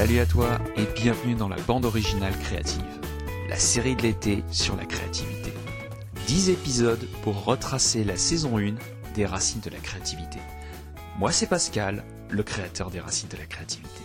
Salut à toi et bienvenue dans la bande originale créative, la série de l'été sur la créativité. 10 épisodes pour retracer la saison 1 des Racines de la créativité. Moi c'est Pascal, le créateur des Racines de la créativité.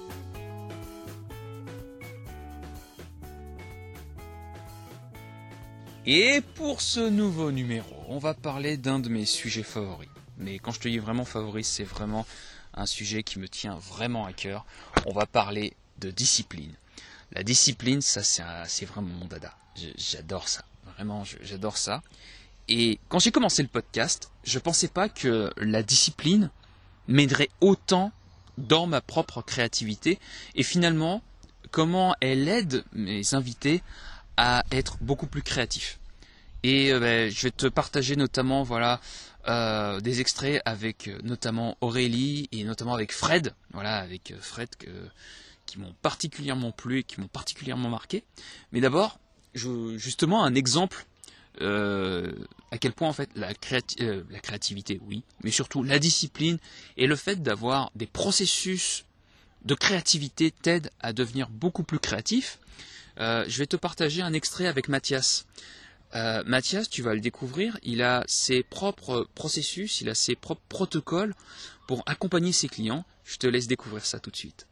Et pour ce nouveau numéro, on va parler d'un de mes sujets favoris. Mais quand je te dis vraiment favori, c'est vraiment un sujet qui me tient vraiment à cœur. On va parler de discipline. La discipline, ça c'est vraiment mon dada. J'adore ça. Vraiment, j'adore ça. Et quand j'ai commencé le podcast, je pensais pas que la discipline m'aiderait autant dans ma propre créativité. Et finalement, comment elle aide mes invités à être beaucoup plus créatifs. Et je vais te partager notamment des extraits avec notamment Aurélie et notamment avec Fred, avec Fred qui m'ont particulièrement plu et qui m'ont particulièrement marqué. Mais d'abord, justement un exemple à quel point en fait la créativité, oui, mais surtout la discipline et le fait d'avoir des processus de créativité t'aide à devenir beaucoup plus créatif. Je vais te partager un extrait avec Mathias. Mathias, tu vas le découvrir, il a ses propres processus, il a ses propres protocoles pour accompagner ses clients. Je te laisse découvrir ça tout de suite.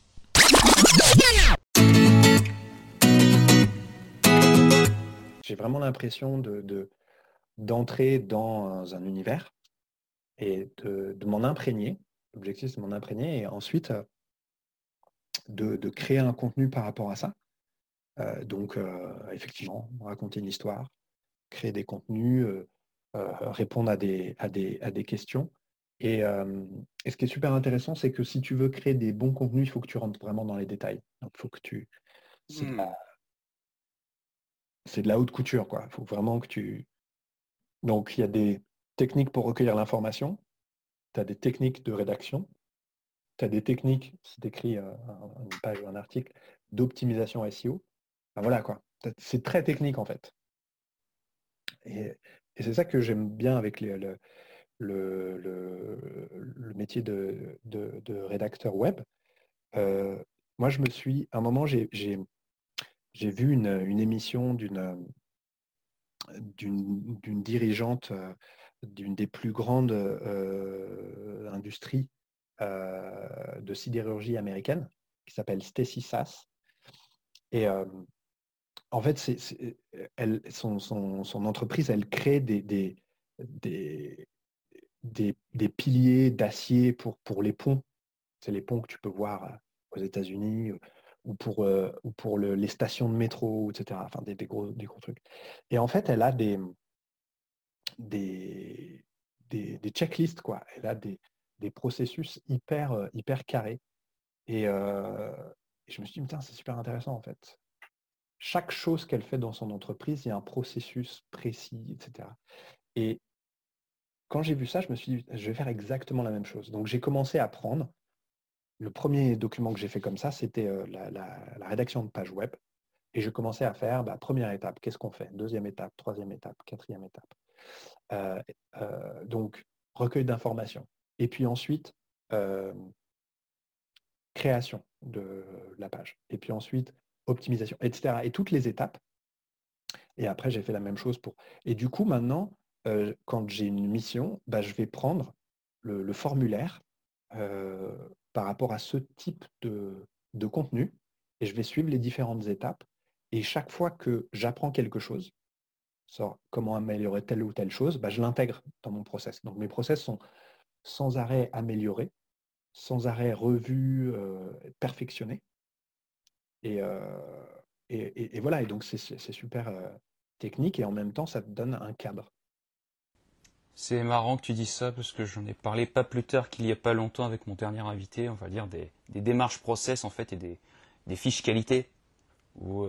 J'ai vraiment l'impression d'entrer dans un univers et de m'en imprégner. L'objectif, c'est de m'en imprégner et ensuite de créer un contenu par rapport à ça. Donc, effectivement, raconter une histoire, créer des contenus, répondre à des questions. Et ce qui est super intéressant, c'est que si tu veux créer des bons contenus, il faut que tu rentres vraiment dans les détails. Donc, il faut que c'est de la haute couture, quoi. Il faut vraiment que tu... Donc, il y a des techniques pour recueillir l'information, tu as des techniques de rédaction, tu as des techniques, si tu écris une page ou un article, d'optimisation SEO. Ben voilà, quoi. C'est très technique, en fait. Et c'est ça que j'aime bien avec le métier de rédacteur web. Moi, à un moment, j'ai vu une émission d'une dirigeante d'une des plus grandes industries de sidérurgie américaine qui s'appelle Stacy Sass. Et en fait, son entreprise, elle crée des piliers d'acier pour les ponts. C'est les ponts que tu peux voir aux États-Unis ou pour les stations de métro, etc. Enfin, des gros trucs. Et en fait, elle a des checklists, quoi. Elle a des processus hyper carrés. Et je me suis dit, putain, c'est super intéressant, en fait. Chaque chose qu'elle fait dans son entreprise, il y a un processus précis, etc. Et quand j'ai vu ça, je me suis dit, je vais faire exactement la même chose. Donc, j'ai commencé à prendre. Le premier document que j'ai fait comme ça, c'était la rédaction de page web. Et je commençais à faire, première étape, qu'est-ce qu'on fait? Deuxième étape, troisième étape, quatrième étape. Donc, recueil d'informations. Et puis ensuite, création de la page. Et puis ensuite, optimisation, etc. Et toutes les étapes. Et après, j'ai fait la même chose pour... Et du coup, maintenant, quand j'ai une mission, je vais prendre le formulaire par rapport à ce type de contenu et je vais suivre les différentes étapes. Et chaque fois que j'apprends quelque chose, comment améliorer telle ou telle chose, je l'intègre dans mon process. Donc mes process sont sans arrêt améliorés, sans arrêt revus, perfectionnés. Et voilà, et donc c'est super technique et en même temps, ça te donne un cadre. C'est marrant que tu dises ça parce que j'en ai parlé pas plus tard qu'il y a pas longtemps avec mon dernier invité, on va dire des démarches process en fait et des fiches qualité ou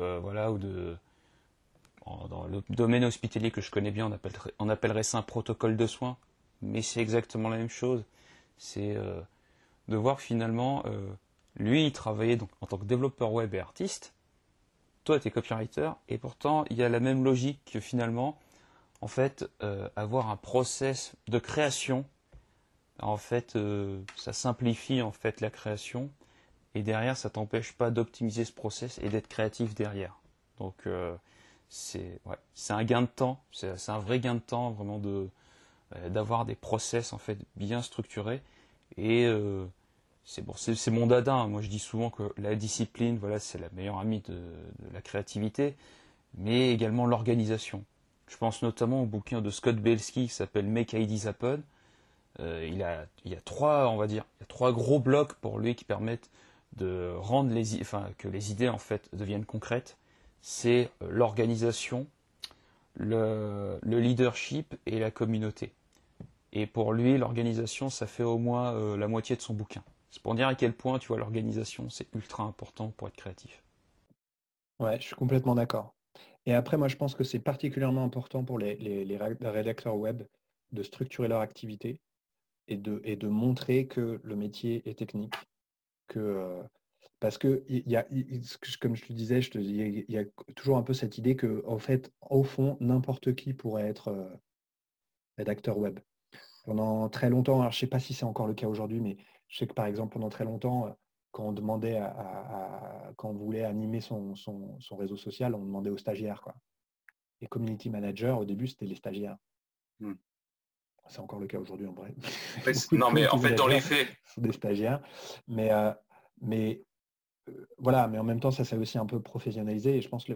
dans le domaine hospitalier que je connais bien on appellerait ça un protocole de soins, mais c'est exactement la même chose. C'est de voir que finalement lui il travaillait donc en tant que développeur web et artiste, toi tu es copywriter et pourtant il y a la même logique que finalement en fait, avoir un process de création, en fait, ça simplifie en fait la création et derrière, ça t'empêche pas d'optimiser ce process et d'être créatif derrière. Donc, c'est un gain de temps, c'est un vrai gain de temps vraiment d'avoir des process en fait bien structurés. Et c'est mon dada, hein. Moi, je dis souvent que la discipline, voilà, c'est la meilleure amie de la créativité, mais également l'organisation. Je pense notamment au bouquin de Scott Belsky qui s'appelle Make Ideas Happen. Il y a trois, on va dire, il y a trois gros blocs pour lui qui permettent de rendre que les idées en fait deviennent concrètes. C'est l'organisation, le leadership et la communauté. Et pour lui, l'organisation, ça fait au moins la moitié de son bouquin. C'est pour dire à quel point, tu vois, l'organisation, c'est ultra important pour être créatif. Ouais, je suis complètement d'accord. Et après, moi, je pense que c'est particulièrement important pour les rédacteurs web de structurer leur activité et de montrer que le métier est technique, parce que comme je te disais, il y a toujours un peu cette idée que, en fait, au fond, n'importe qui pourrait être rédacteur web. Pendant très longtemps, alors je ne sais pas si c'est encore le cas aujourd'hui, mais je sais que par exemple, pendant très longtemps, quand on demandait quand on voulait animer son réseau social, on demandait aux stagiaires, quoi. Les community managers, au début, c'était les stagiaires. Hmm. C'est encore le cas aujourd'hui, en vrai. Non, mais en fait, dans les managers faits, sont des stagiaires. Mais, mais voilà, mais en même temps, ça s'est aussi un peu professionnalisé. Et je pense que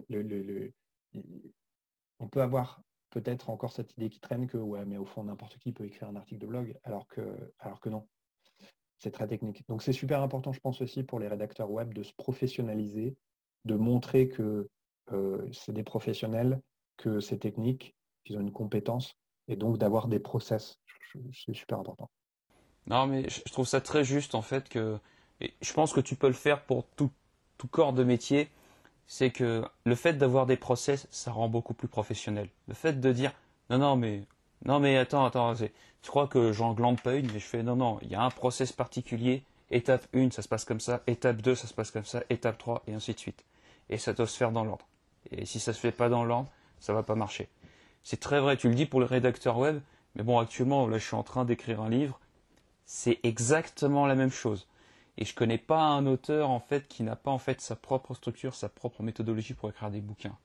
on peut avoir peut-être encore cette idée qui traîne que, ouais, mais au fond, n'importe qui peut écrire un article de blog, alors que non. C'est très technique. Donc c'est super important, je pense aussi, pour les rédacteurs web de se professionnaliser, de montrer que c'est des professionnels, que c'est technique, qu'ils ont une compétence, et donc d'avoir des process. C'est super important. Non, mais je trouve ça très juste en fait et je pense que tu peux le faire pour tout corps de métier. C'est que le fait d'avoir des process, ça rend beaucoup plus professionnel. Le fait de dire non mais attends, tu crois que j'en glande pas une, mais je fais non, il y a un process particulier. Étape 1, ça se passe comme ça. Étape 2, ça se passe comme ça. Étape 3, et ainsi de suite. Et ça doit se faire dans l'ordre. Et si ça se fait pas dans l'ordre, ça va pas marcher. C'est très vrai, tu le dis pour les rédacteurs web, mais bon, actuellement, là, je suis en train d'écrire un livre. C'est exactement la même chose. Et je connais pas un auteur en fait qui n'a pas en fait sa propre structure, sa propre méthodologie pour écrire des bouquins.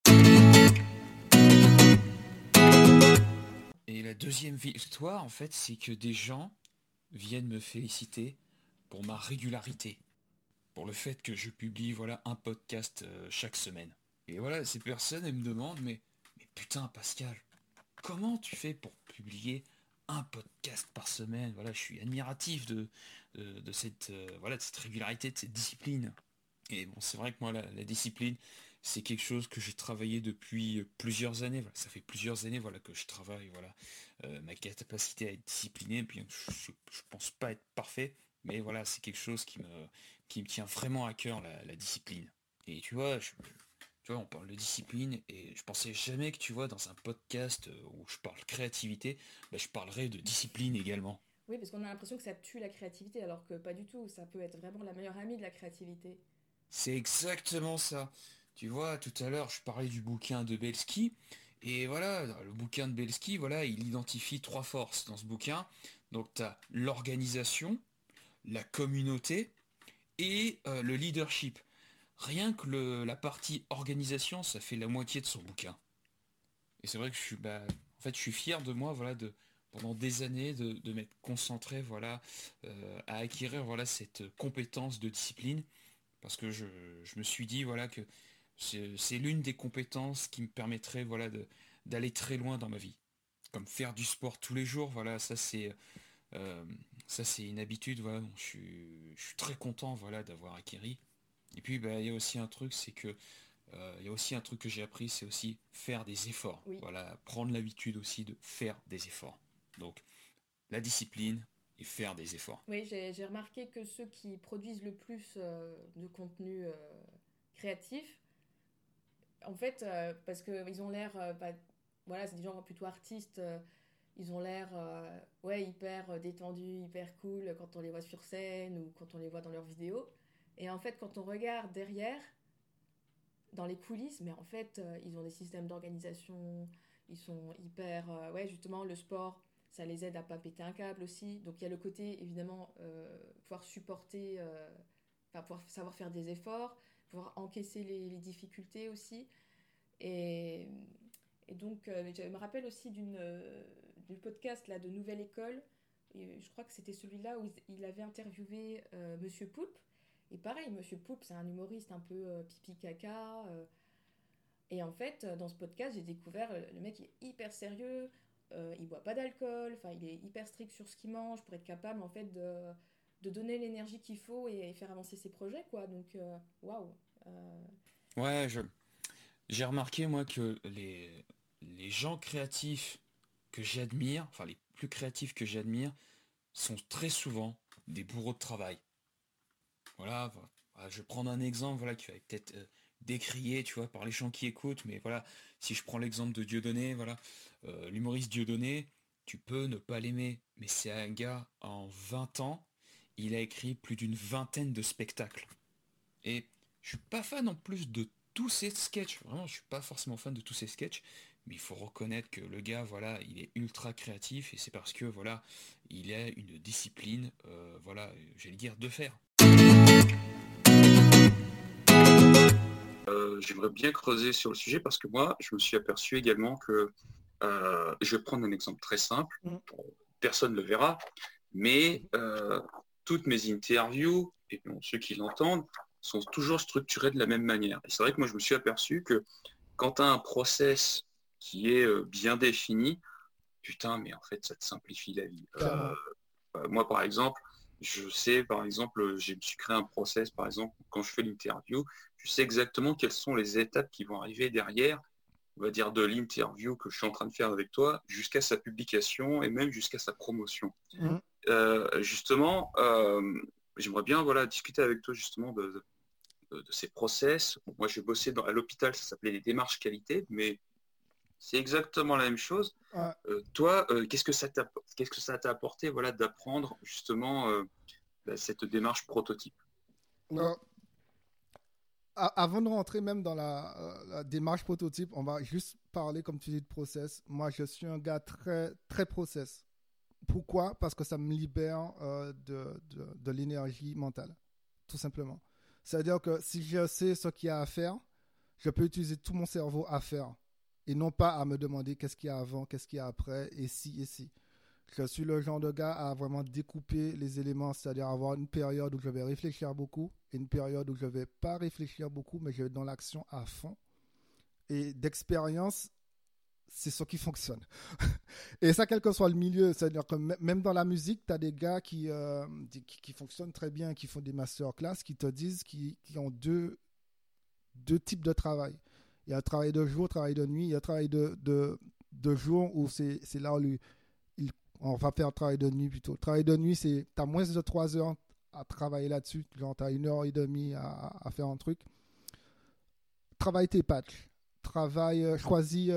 Et la deuxième victoire, en fait, c'est que des gens viennent me féliciter pour ma régularité, pour le fait que je publie voilà un podcast chaque semaine. Et voilà, ces personnes, elles me demandent, mais putain, Pascal, comment tu fais pour publier un podcast par semaine? Voilà, je suis admiratif de cette, voilà, de cette régularité, de cette discipline. Et bon, c'est vrai que moi, la discipline, c'est quelque chose que j'ai travaillé depuis plusieurs années. Voilà, ça fait plusieurs années voilà, que je travaille voilà, ma capacité à être discipliné. Bien que je pense pas être parfait, mais voilà, c'est quelque chose qui me tient vraiment à cœur, la discipline. Et tu vois, on parle de discipline et je pensais jamais que tu vois dans un podcast où je parle créativité, bah, je parlerais de discipline également. Oui, parce qu'on a l'impression que ça tue la créativité, alors que pas du tout. Ça peut être vraiment la meilleure amie de la créativité. C'est exactement ça. Tu vois, tout à l'heure, je parlais du bouquin de Belsky, et voilà, dans le bouquin de Belsky, voilà, il identifie trois forces dans ce bouquin. Donc, tu as l'organisation, la communauté et le leadership. Rien que la partie organisation, ça fait la moitié de son bouquin. Et c'est vrai que en fait, je suis fier de moi, voilà, pendant des années, de m'être concentré, voilà, à acquérir, voilà, cette compétence de discipline. Parce que je me suis dit voilà que c'est l'une des compétences qui me permettrait voilà d'aller très loin dans ma vie. Comme faire du sport tous les jours, voilà, euh, ça c'est une habitude voilà dont je suis très content voilà d'avoir acquéri. Et puis bah, il y a aussi un truc, c'est que il y a aussi un truc que j'ai appris, c'est aussi faire des efforts. Oui. Voilà, prendre l'habitude aussi de faire des efforts. Donc la discipline et faire des efforts. Oui, j'ai remarqué que ceux qui produisent le plus de contenu créatif, en fait, parce qu'ils ont l'air, voilà, c'est des gens plutôt artistes, ils ont l'air ouais, hyper détendus, hyper cool quand on les voit sur scène ou quand on les voit dans leurs vidéos. Et en fait, quand on regarde derrière, dans les coulisses, mais en fait, ils ont des systèmes d'organisation, ils sont hyper... ouais, justement, le sport, ça les aide à pas péter un câble aussi. Donc il y a le côté, évidemment, pouvoir supporter pouvoir savoir faire des efforts, pouvoir encaisser les difficultés aussi. Et donc, je me rappelle aussi du podcast là, de Nouvelle École. Et je crois que c'était celui-là où il avait interviewé Monsieur Poulpe. Et pareil, Monsieur Poulpe, c'est un humoriste un peu pipi caca. Et en fait, dans ce podcast, j'ai découvert le mec il est hyper sérieux. Il boit pas d'alcool. Enfin, il est hyper strict sur ce qu'il mange pour être capable en fait de donner l'énergie qu'il faut et faire avancer ses projets, quoi. Donc, waouh. Ouais, j'ai remarqué, moi, que les gens créatifs que j'admire, enfin les plus créatifs que j'admire, sont très souvent des bourreaux de travail. Voilà, je vais prendre un exemple, voilà, qui va peut-être décrié, tu vois, par les gens qui écoutent, mais voilà, si je prends l'exemple de Dieudonné, voilà, l'humoriste Dieudonné, tu peux ne pas l'aimer, mais c'est un gars, en 20 ans, il a écrit plus d'une vingtaine de spectacles. Et je suis pas fan en plus de tous ces sketchs, vraiment, je suis pas forcément fan de tous ces sketchs, mais il faut reconnaître que le gars, voilà, il est ultra créatif, et c'est parce que, voilà, il a une discipline, voilà, j'allais dire de fer. J'aimerais bien creuser sur le sujet parce que moi, je me suis aperçu également que, je vais prendre un exemple très simple, personne ne le verra, mais toutes mes interviews, et bon, ceux qui l'entendent, sont toujours structurées de la même manière. Et c'est vrai que moi, je me suis aperçu que quand tu as un process qui est bien défini, putain, mais en fait, ça te simplifie la vie. Moi, par exemple, je sais, par exemple, je me suis créé un process, par exemple, quand je fais l'interview, je sais exactement quelles sont les étapes qui vont arriver derrière, on va dire de l'interview que je suis en train de faire avec toi, jusqu'à sa publication et même jusqu'à sa promotion. Justement, j'aimerais bien voilà, discuter avec toi justement de ces process. Moi, j'ai bossé à l'hôpital, ça s'appelait les démarches qualité, mais c'est exactement la même chose. Toi, qu'est-ce que ça t'a apporté voilà, d'apprendre justement cette démarche prototype? Avant de rentrer même dans la démarche prototype, on va juste parler, comme tu dis, de process. Moi, je suis un gars très, très process. Pourquoi ? Parce que ça me libère de l'énergie mentale, tout simplement. C'est-à-dire que si je sais ce qu'il y a à faire, je peux utiliser tout mon cerveau à faire et non pas à me demander qu'est-ce qu'il y a avant, qu'est-ce qu'il y a après, et si, et si. Je suis le genre de gars à vraiment découper les éléments, c'est-à-dire avoir une période où je vais réfléchir beaucoup et une période où je ne vais pas réfléchir beaucoup, mais je vais être dans l'action à fond. Et d'expérience, c'est ce qui fonctionne. Et ça, quel que soit le milieu, c'est-à-dire que même dans la musique, tu as des gars qui fonctionnent très bien, qui font des masterclass, qui te disent qu'ils ont deux types de travail. Il y a un travail de jour, travail de nuit. Il y a un travail de jour où c'est là où on va faire un travail de nuit plutôt. Le travail de nuit, c'est tu as moins de 3 heures à travailler là-dessus. Genre, tu as 1 heure et demie à faire un truc. Travaille tes patchs. Choisis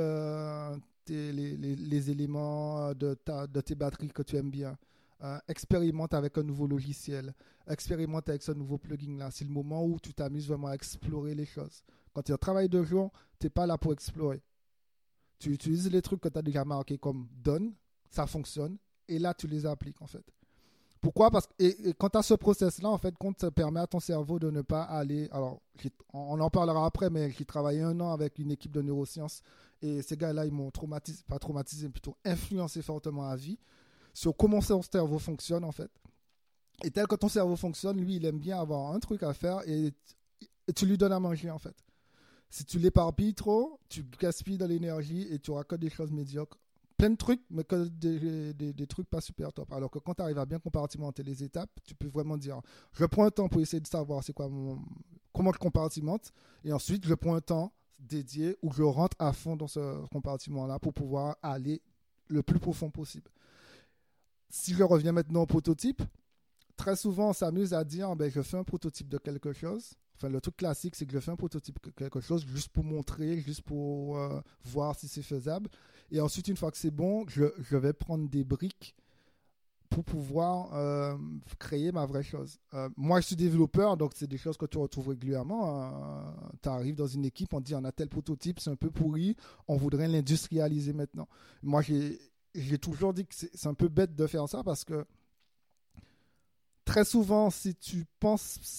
les éléments de tes batteries que tu aimes bien. Expérimente avec un nouveau logiciel. Expérimente avec ce nouveau plugin-là. C'est le moment où tu t'amuses vraiment à explorer les choses. Quand tu as un travail de jour, tu n'es pas là pour explorer. Tu utilises les trucs que tu as déjà marqués comme done, ça fonctionne, et là, tu les appliques, en fait. Pourquoi ? Parce que et quand tu as ce process-là, en fait, ça permet à ton cerveau de ne pas aller... Alors, on en parlera après, mais j'ai travaillé 1 an avec une équipe de neurosciences, et ces gars-là, ils m'ont plutôt influencé fortement à vie sur comment son cerveau fonctionne, en fait. Et tel que ton cerveau fonctionne, lui, il aime bien avoir un truc à faire, et tu lui donnes à manger, en fait. Si tu l'éparpilles trop, tu gaspilles de l'énergie et tu auras que des choses médiocres. Plein de trucs, mais que des trucs pas super top. Alors que quand tu arrives à bien compartimenter les étapes, tu peux vraiment dire, je prends un temps pour essayer de savoir c'est quoi comment je compartimente, et ensuite je prends un temps dédié où je rentre à fond dans ce compartiment-là pour pouvoir aller le plus profond possible. Si je reviens maintenant au prototype, très souvent on s'amuse à dire, je fais un prototype de quelque chose. Enfin, le truc classique, c'est que je fais un prototype de quelque chose juste pour montrer, juste pour voir si c'est faisable. Et ensuite, une fois que c'est bon, je vais prendre des briques pour pouvoir créer ma vraie chose. Moi, je suis développeur, donc c'est des choses que tu retrouves régulièrement. Tu arrives dans une équipe, on dit on a tel prototype, c'est un peu pourri, on voudrait l'industrialiser maintenant. Moi, j'ai toujours dit que c'est un peu bête de faire ça parce que très souvent, si tu penses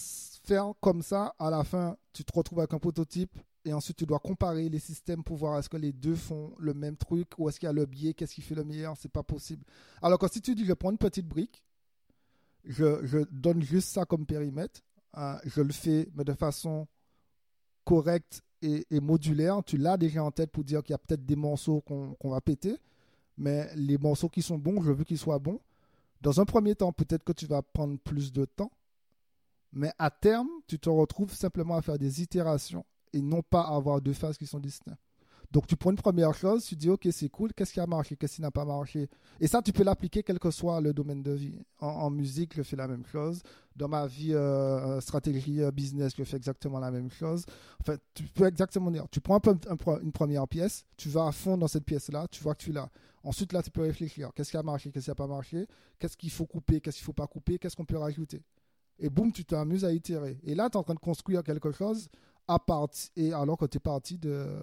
faire comme ça, à la fin, tu te retrouves avec un prototype et ensuite tu dois comparer les systèmes pour voir est-ce que les deux font le même truc ou est-ce qu'il y a le biais, qu'est-ce qui fait le meilleur, c'est pas possible. Alors que si tu dis je prends une petite brique, je donne juste ça comme périmètre, je le fais mais de façon correcte et modulaire, tu l'as déjà en tête pour dire qu'il y a peut-être des morceaux qu'on va péter, mais les morceaux qui sont bons, je veux qu'ils soient bons. Dans un premier temps, peut-être que tu vas prendre plus de temps, mais à terme, tu te retrouves simplement à faire des itérations et non pas à avoir deux phases qui sont distinctes. Donc, tu prends une première chose, tu dis, OK, c'est cool, qu'est-ce qui a marché, qu'est-ce qui n'a pas marché. Et ça, tu peux l'appliquer quel que soit le domaine de vie. En musique, je fais la même chose. Dans ma vie, stratégie, business, je fais exactement la même chose. Enfin, tu peux exactement dire, tu prends une première pièce, tu vas à fond dans cette pièce-là, tu vois que tu l'as. Ensuite, là, tu peux réfléchir. Qu'est-ce qui a marché, qu'est-ce qui n'a pas marché, qu'est-ce qu'il faut couper, qu'est-ce qu'il ne faut pas couper, qu'est-ce qu'on peut rajouter. Et boum, tu t'amuses à itérer. Et là, tu es en train de construire quelque chose alors que tu es parti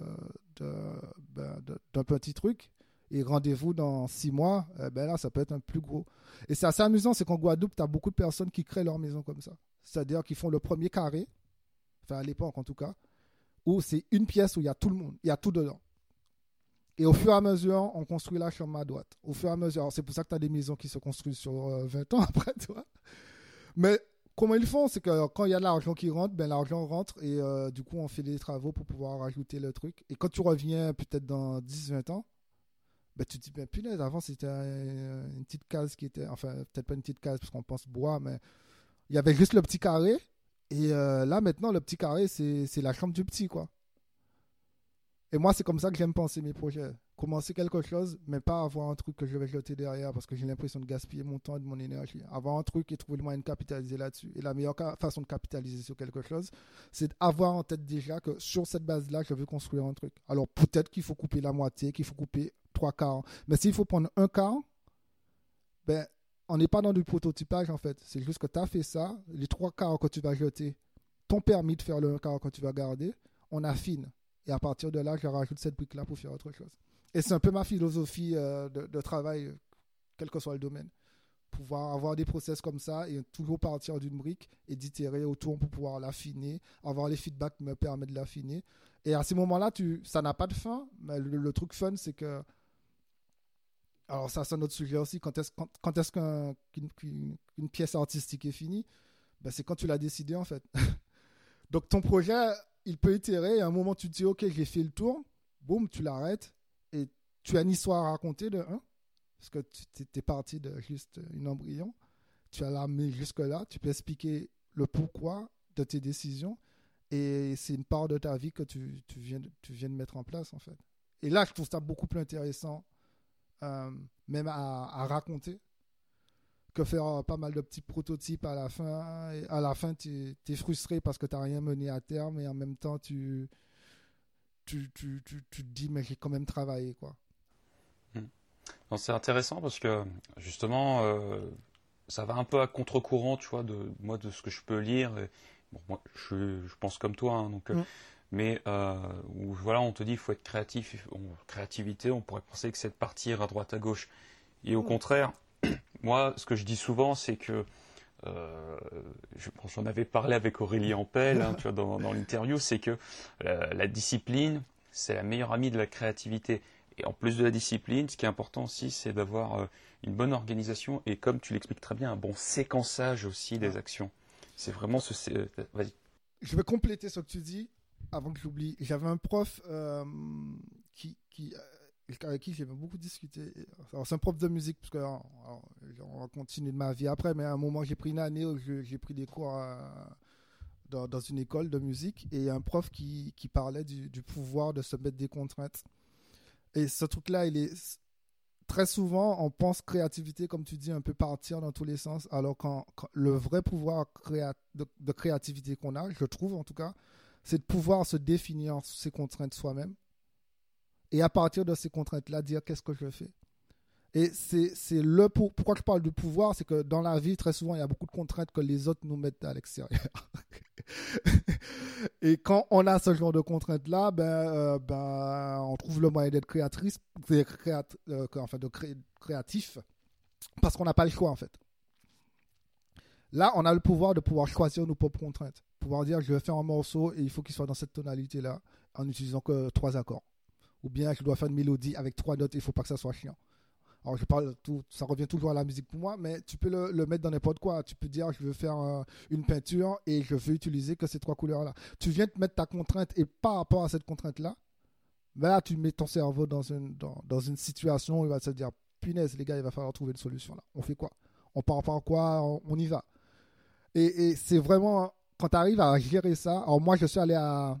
d'un petit truc. Et rendez-vous dans 6 mois, ben là, ça peut être un plus gros. Et c'est assez amusant, c'est qu'en Guadeloupe, tu as beaucoup de personnes qui créent leur maison comme ça. C'est-à-dire qu'ils font le premier carré, enfin à l'époque en tout cas, où c'est une pièce où il y a tout le monde, il y a tout dedans. Et au fur et à mesure, on construit la chambre à droite. Au fur et à mesure, alors c'est pour ça que tu as des maisons qui se construisent sur 20 ans après, toi. Mais comment ils font, c'est que quand il y a de l'argent qui rentre, ben l'argent rentre et du coup, on fait des travaux pour pouvoir rajouter le truc. Et quand tu reviens peut-être dans 10-20 ans, ben, tu te dis, ben punaise, avant c'était une petite case qui était, enfin peut-être pas une petite case parce qu'on pense bois, mais il y avait juste le petit carré. Et là maintenant, le petit carré, c'est la chambre du petit, quoi. Et moi, c'est comme ça que j'aime penser mes projets. Commencer quelque chose, mais pas avoir un truc que je vais jeter derrière parce que j'ai l'impression de gaspiller mon temps et de mon énergie. Avoir un truc et trouver le moyen de capitaliser là-dessus. Et la meilleure façon de capitaliser sur quelque chose, c'est d'avoir en tête déjà que sur cette base-là, je veux construire un truc. Alors peut-être qu'il faut couper la moitié, qu'il faut couper 3/4. Mais s'il faut prendre un quart, ben, on n'est pas dans du prototypage en fait. C'est juste que tu as fait ça, les 3/4 que tu vas jeter t'ont permis de faire le 1/4 que tu vas garder, on affine. Et à partir de là, je rajoute cette brique-là pour faire autre chose. Et c'est un peu ma philosophie de travail, quel que soit le domaine. Pouvoir avoir des process comme ça et toujours partir d'une brique et d'itérer autour pour pouvoir l'affiner, avoir les feedbacks qui me permettent de l'affiner. Et à ces moments-là, ça n'a pas de fin, mais le truc fun, c'est que... Alors ça, c'est un autre sujet aussi. Quand est-ce qu'une pièce artistique est finie? Ben, c'est quand tu l'as décidé, en fait. Donc ton projet... il peut itérer et à un moment tu te dis ok j'ai fait le tour, boum tu l'arrêtes et tu as une histoire à raconter de 1 parce que tu es parti de juste une embryon, tu as l'amené jusque là, tu peux expliquer le pourquoi de tes décisions et c'est une part de ta vie que tu viens de mettre en place en fait. Et là je trouve ça beaucoup plus intéressant même à raconter que faire pas mal de petits prototypes à la fin. Et à la fin, tu es frustré parce que tu n'as rien mené à terme et en même temps, tu te dis, mais j'ai quand même travaillé, quoi. Non, c'est intéressant parce que, justement, ça va un peu à contre-courant, tu vois, de ce que je peux lire. Et, bon, moi, je pense comme toi, hein, donc... Mais où, voilà, on te dit qu'il faut être créatif. Créativité, on pourrait penser que c'est de partir à droite à gauche. Et au contraire... Moi, ce que je dis souvent, c'est que j'en avais parlé avec Aurélie Ampel, hein, tu vois, dans l'interview, c'est que la discipline, c'est la meilleure amie de la créativité. Et en plus de la discipline, ce qui est important aussi, c'est d'avoir une bonne organisation et, comme tu l'expliques très bien, un bon séquençage aussi des actions. C'est vraiment vas-y. Je vais compléter ce que tu dis avant que j'oublie. J'avais un prof avec qui j'ai beaucoup discuté. Alors, c'est un prof de musique, parce que on va continuer de ma vie après, mais à un moment, j'ai pris une année où j'ai pris des cours dans une école de musique, et un prof qui parlait du pouvoir de se mettre des contraintes. Et ce truc-là, très souvent, on pense créativité, comme tu dis, un peu partir dans tous les sens, alors quand le vrai pouvoir de créativité qu'on a, je trouve en tout cas, c'est de pouvoir se définir ses contraintes soi-même. Et à partir de ces contraintes-là, dire qu'est-ce que je fais. Et c'est pourquoi je parle de pouvoir, c'est que dans la vie, très souvent, il y a beaucoup de contraintes que les autres nous mettent à l'extérieur. Et quand on a ce genre de contraintes-là, on trouve le moyen d'être créatif, parce qu'on n'a pas le choix, en fait. Là, on a le pouvoir de pouvoir choisir nos propres contraintes. pouvoir dire je vais faire un morceau et il faut qu'il soit dans cette tonalité-là en utilisant que 3 accords. Ou bien je dois faire une mélodie avec 3 notes et il ne faut pas que ça soit chiant. Alors je parle tout, ça revient toujours à la musique pour moi, mais tu peux le mettre dans n'importe quoi. Tu peux dire je veux faire une peinture et je veux utiliser que ces 3 couleurs-là. Tu viens de mettre ta contrainte et par rapport à cette contrainte-là, ben là tu mets ton cerveau dans une situation où il va se dire punaise les gars, il va falloir trouver une solution là. On fait quoi? On part par quoi? On y va. Et c'est vraiment quand tu arrives à gérer ça. Alors moi je suis allé à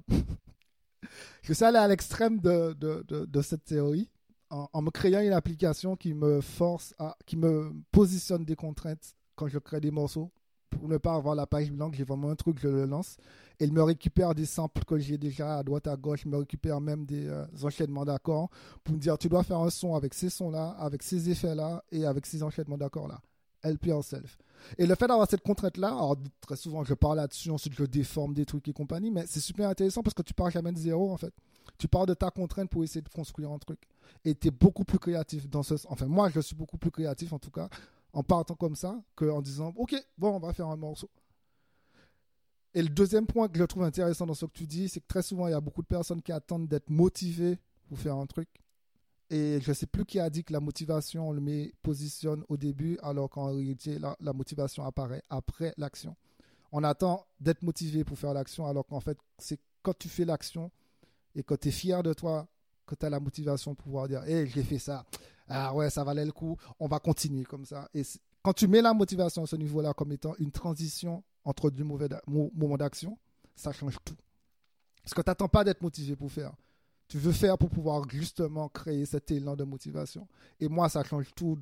l'extrême de cette théorie. En me créant une application qui me positionne des contraintes quand je crée des morceaux. Pour ne pas avoir la page blanche, j'ai vraiment un truc, je le lance. Et il me récupère des samples que j'ai déjà à droite, à gauche. Il me récupère même des enchaînements d'accords pour me dire, tu dois faire un son avec ces sons-là, avec ces effets-là et avec ces enchaînements d'accords-là. Help yourself. Et le fait d'avoir cette contrainte-là, alors très souvent je parle là-dessus, ensuite je déforme des trucs et compagnie, mais c'est super intéressant parce que tu pars jamais de zéro en fait. Tu pars de ta contrainte pour essayer de construire un truc. Et tu es beaucoup plus créatif dans ce sens. Enfin, moi je suis beaucoup plus créatif en tout cas, en partant comme ça, qu'en disant, ok, bon, on va faire un morceau. Et le deuxième point que je trouve intéressant dans ce que tu dis, c'est que très souvent il y a beaucoup de personnes qui attendent d'être motivées pour faire un truc. Et je ne sais plus qui a dit que la motivation, on le positionne au début, alors qu'en réalité, la motivation apparaît après l'action. On attend d'être motivé pour faire l'action, alors qu'en fait, c'est quand tu fais l'action et quand tu es fier de toi, que tu as la motivation pour pouvoir dire « Hey, j'ai fait ça. Ah ouais, ça valait le coup. On va continuer comme ça. » Et quand tu mets la motivation à ce niveau-là comme étant une transition entre deux moments d'action, ça change tout. Parce que tu n'attends pas d'être motivé pour faire. Tu veux faire pour pouvoir justement créer cet élan de motivation. Et moi, ça change tout.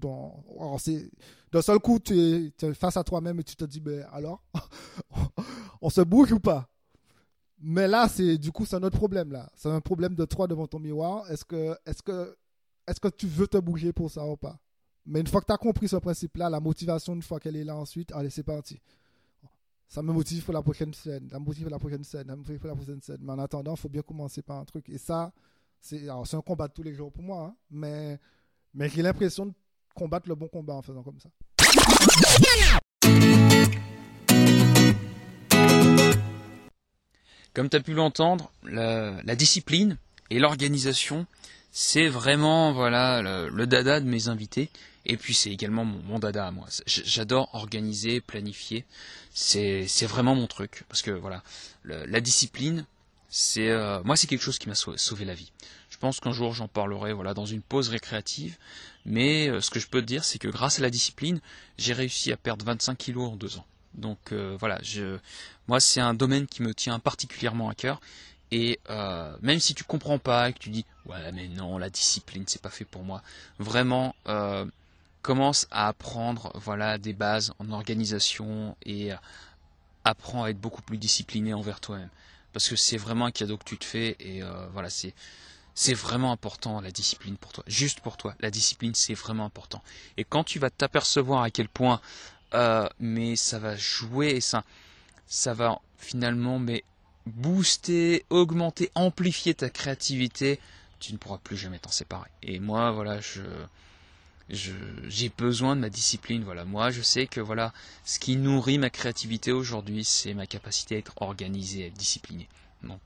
D'un seul coup, tu es face à toi-même et tu te dis, ben alors, on se bouge ou pas? Mais là, du coup, c'est un autre problème. Là. C'est un problème de toi devant ton miroir. Est-ce que tu veux te bouger pour ça ou pas? Mais une fois que tu as compris ce principe-là, la motivation, une fois qu'elle est là ensuite, allez, c'est parti. Ça me motive pour la prochaine scène, ça me motive pour la prochaine scène, ça me motive pour la prochaine scène. Mais en attendant, il faut bien commencer par un truc. Et ça, c'est un combat de tous les jours pour moi. Hein, mais j'ai l'impression de combattre le bon combat en faisant comme ça. Comme tu as pu l'entendre, la discipline et l'organisation, c'est vraiment le dada de mes invités. Et puis c'est également mon dada à moi. J'adore organiser, planifier. C'est vraiment mon truc. Parce que voilà, la discipline, moi c'est quelque chose qui m'a sauvé la vie. Je pense qu'un jour j'en parlerai dans une pause récréative. Mais ce que je peux te dire, c'est que grâce à la discipline, j'ai réussi à perdre 25 kilos en 2 ans. Donc moi c'est un domaine qui me tient particulièrement à cœur. Et même si tu comprends pas et que tu dis ouais mais non, la discipline c'est pas fait pour moi, vraiment commence à apprendre des bases en organisation et apprends à être beaucoup plus discipliné envers toi-même, parce que c'est vraiment un cadeau que tu te fais. Et c'est vraiment important la discipline pour toi, juste pour toi. La discipline c'est vraiment important. Et quand tu vas t'apercevoir à quel point mais ça va jouer et ça va finalement booster, augmenter, amplifier ta créativité, tu ne pourras plus jamais t'en séparer. Et moi j'ai besoin de ma discipline. Moi je sais que ce qui nourrit ma créativité aujourd'hui, c'est ma capacité à être organisé, à être discipliné. Donc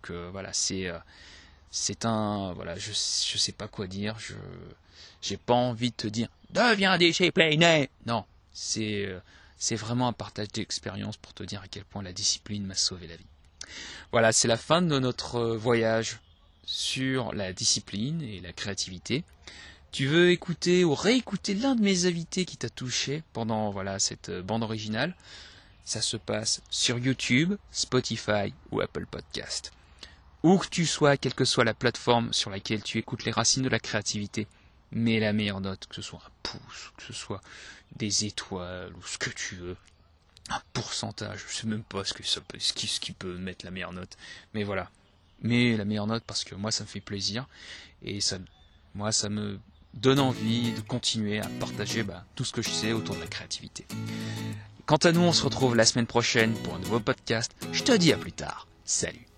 c'est un je sais pas quoi dire. J'ai pas envie de te dire deviens discipliné. Non, c'est vraiment un partage d'expérience pour te dire à quel point la discipline m'a sauvé la vie. Voilà, c'est la fin de notre voyage sur la discipline et la créativité. Tu veux écouter ou réécouter l'un de mes invités qui t'a touché pendant cette bande originale? Ça se passe sur YouTube, Spotify ou Apple Podcast. Où que tu sois, quelle que soit la plateforme sur laquelle tu écoutes les racines de la créativité, mets la meilleure note, que ce soit un pouce, que ce soit des étoiles ou ce que tu veux. Un pourcentage, je sais même pas ce qui peut mettre la meilleure note. Mais voilà, mets la meilleure note parce que moi ça me fait plaisir. Et ça me donne envie de continuer à partager tout ce que je sais autour de la créativité. Quant à nous, on se retrouve la semaine prochaine pour un nouveau podcast. Je te dis à plus tard. Salut.